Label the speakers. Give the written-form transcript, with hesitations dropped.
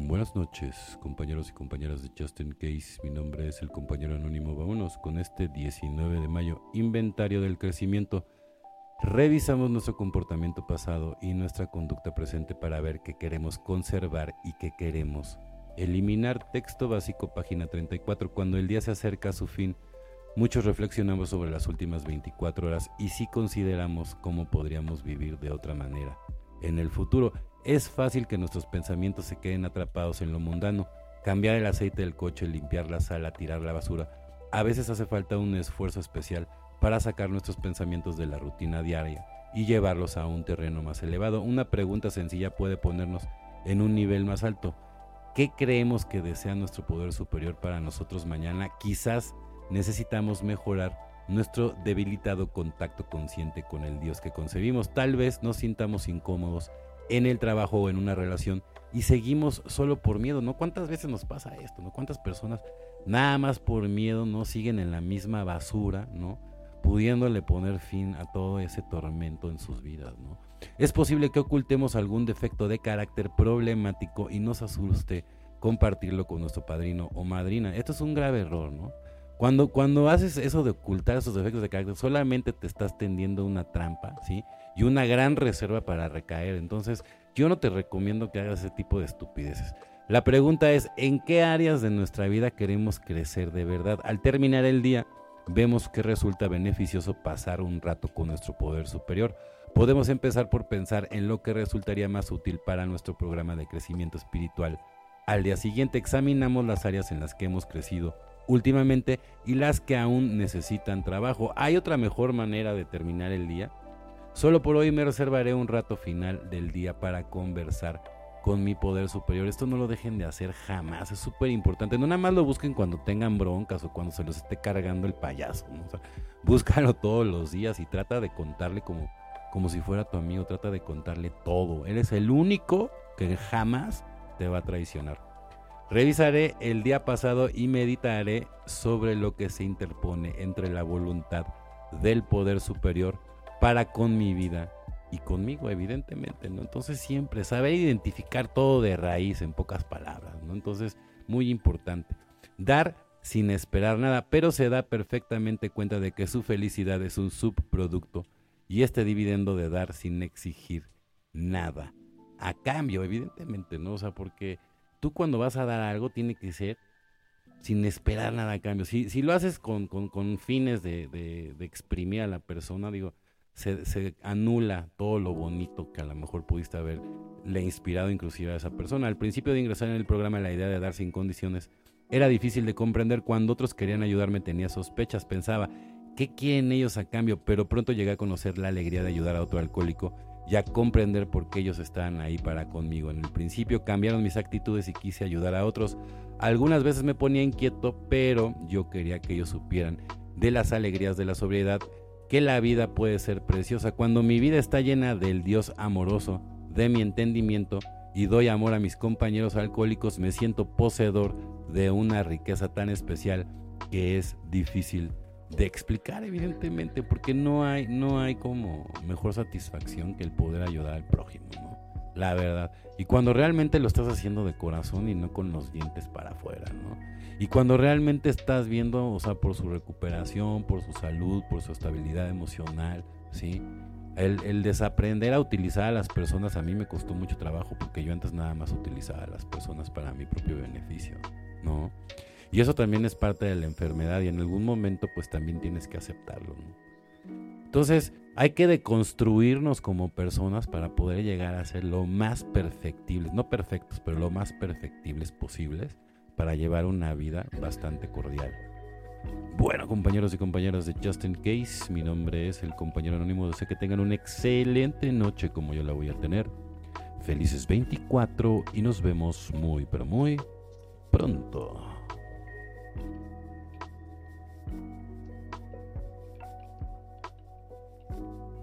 Speaker 1: Buenas noches, compañeros y compañeras de Just In Case. Mi nombre es el compañero anónimo. Vámonos con este 19 de mayo, inventario del crecimiento. Revisamos nuestro comportamiento pasado y nuestra conducta presente para ver qué queremos conservar y qué queremos eliminar. Texto básico, página 34. Cuando el día se acerca a su fin, muchos reflexionamos sobre las últimas 24 horas y si consideramos cómo podríamos vivir de otra manera en el futuro. Es fácil que nuestros pensamientos se queden atrapados en lo mundano. Cambiar el aceite del coche, limpiar la sala, tirar la basura. A veces hace falta un esfuerzo especial para sacar nuestros pensamientos de la rutina diaria y llevarlos a un terreno más elevado. Una pregunta sencilla puede ponernos en un nivel más alto. ¿Qué creemos que desea nuestro poder superior para nosotros mañana? Quizás necesitamos mejorar nuestro debilitado contacto consciente con el Dios que concebimos. Tal vez nos sintamos incómodos en el trabajo o en una relación y seguimos solo por miedo, ¿no? ¿Cuántas veces nos pasa esto, no? ¿Cuántas personas nada más por miedo no siguen en la misma basura, ¿no? Pudiéndole poner fin a todo ese tormento en sus vidas, ¿no? Es posible que ocultemos algún defecto de carácter problemático y nos asuste compartirlo con nuestro padrino o madrina. Esto es un grave error, ¿no? Cuando haces eso de ocultar esos defectos de carácter, solamente te estás tendiendo una trampa, ¿sí? Y una gran reserva para recaer. Entonces, yo no te recomiendo que hagas ese tipo de estupideces. La pregunta es, ¿en qué áreas de nuestra vida queremos crecer de verdad? Al terminar el día, vemos que resulta beneficioso pasar un rato con nuestro poder superior. Podemos empezar por pensar en lo que resultaría más útil para nuestro programa de crecimiento espiritual. Al día siguiente examinamos las áreas en las que hemos crecido últimamente y las que aún necesitan trabajo. ¿Hay otra mejor manera de terminar el día? Solo por hoy me reservaré un rato final del día para conversar con mi poder superior. Esto no lo dejen de hacer jamás, es súper importante. No nada más lo busquen cuando tengan broncas o cuando se los esté cargando el payaso, ¿no? O sea, búscalo todos los días y trata de contarle como si fuera tu amigo. Trata de contarle todo. Él es el único que jamás te va a traicionar. Revisaré el día pasado y meditaré sobre lo que se interpone entre la voluntad del poder superior para con mi vida y conmigo, evidentemente, ¿no? Entonces siempre saber identificar todo de raíz, en pocas palabras, ¿no? Entonces, muy importante. Dar sin esperar nada, pero se da perfectamente cuenta de que su felicidad es un subproducto y este dividendo de dar sin exigir nada a cambio, evidentemente, ¿no? O sea, porque tú cuando vas a dar algo tiene que ser sin esperar nada a cambio. Si lo haces con fines de exprimir a la persona, digo, se anula todo lo bonito que a lo mejor pudiste haberle inspirado inclusive a esa persona. Al principio de ingresar en el programa, la idea de dar sin condiciones era difícil de comprender. Cuando otros querían ayudarme tenía sospechas, pensaba, ¿qué quieren ellos a cambio? Pero pronto llegué a conocer la alegría de ayudar a otro alcohólico y a comprender por qué ellos estaban ahí para conmigo. En el principio cambiaron mis actitudes y quise ayudar a otros. Algunas veces me ponía inquieto, pero yo quería que ellos supieran de las alegrías de la sobriedad, que la vida puede ser preciosa. Cuando mi vida está llena del Dios amoroso, de mi entendimiento y doy amor a mis compañeros alcohólicos, me siento poseedor de una riqueza tan especial que es difícil de explicar, evidentemente, porque no hay como mejor satisfacción que el poder ayudar al prójimo, ¿no? La verdad. Y cuando realmente lo estás haciendo de corazón y no con los dientes para afuera, ¿no? Y cuando realmente estás viendo, o sea, por su recuperación, por su salud, por su estabilidad emocional, ¿sí? El desaprender a utilizar a las personas a mí me costó mucho trabajo porque yo antes nada más utilizaba a las personas para mi propio beneficio, ¿no? Y eso también es parte de la enfermedad y en algún momento pues también tienes que aceptarlo, ¿no? Entonces hay que deconstruirnos como personas para poder llegar a ser lo más perfectibles, no perfectos, pero lo más perfectibles posibles para llevar una vida bastante cordial. Bueno, compañeros y compañeras de Just In Case, mi nombre es el compañero anónimo. Deseo que tengan una excelente noche como yo la voy a tener. Felices 24 y nos vemos muy pero muy pronto.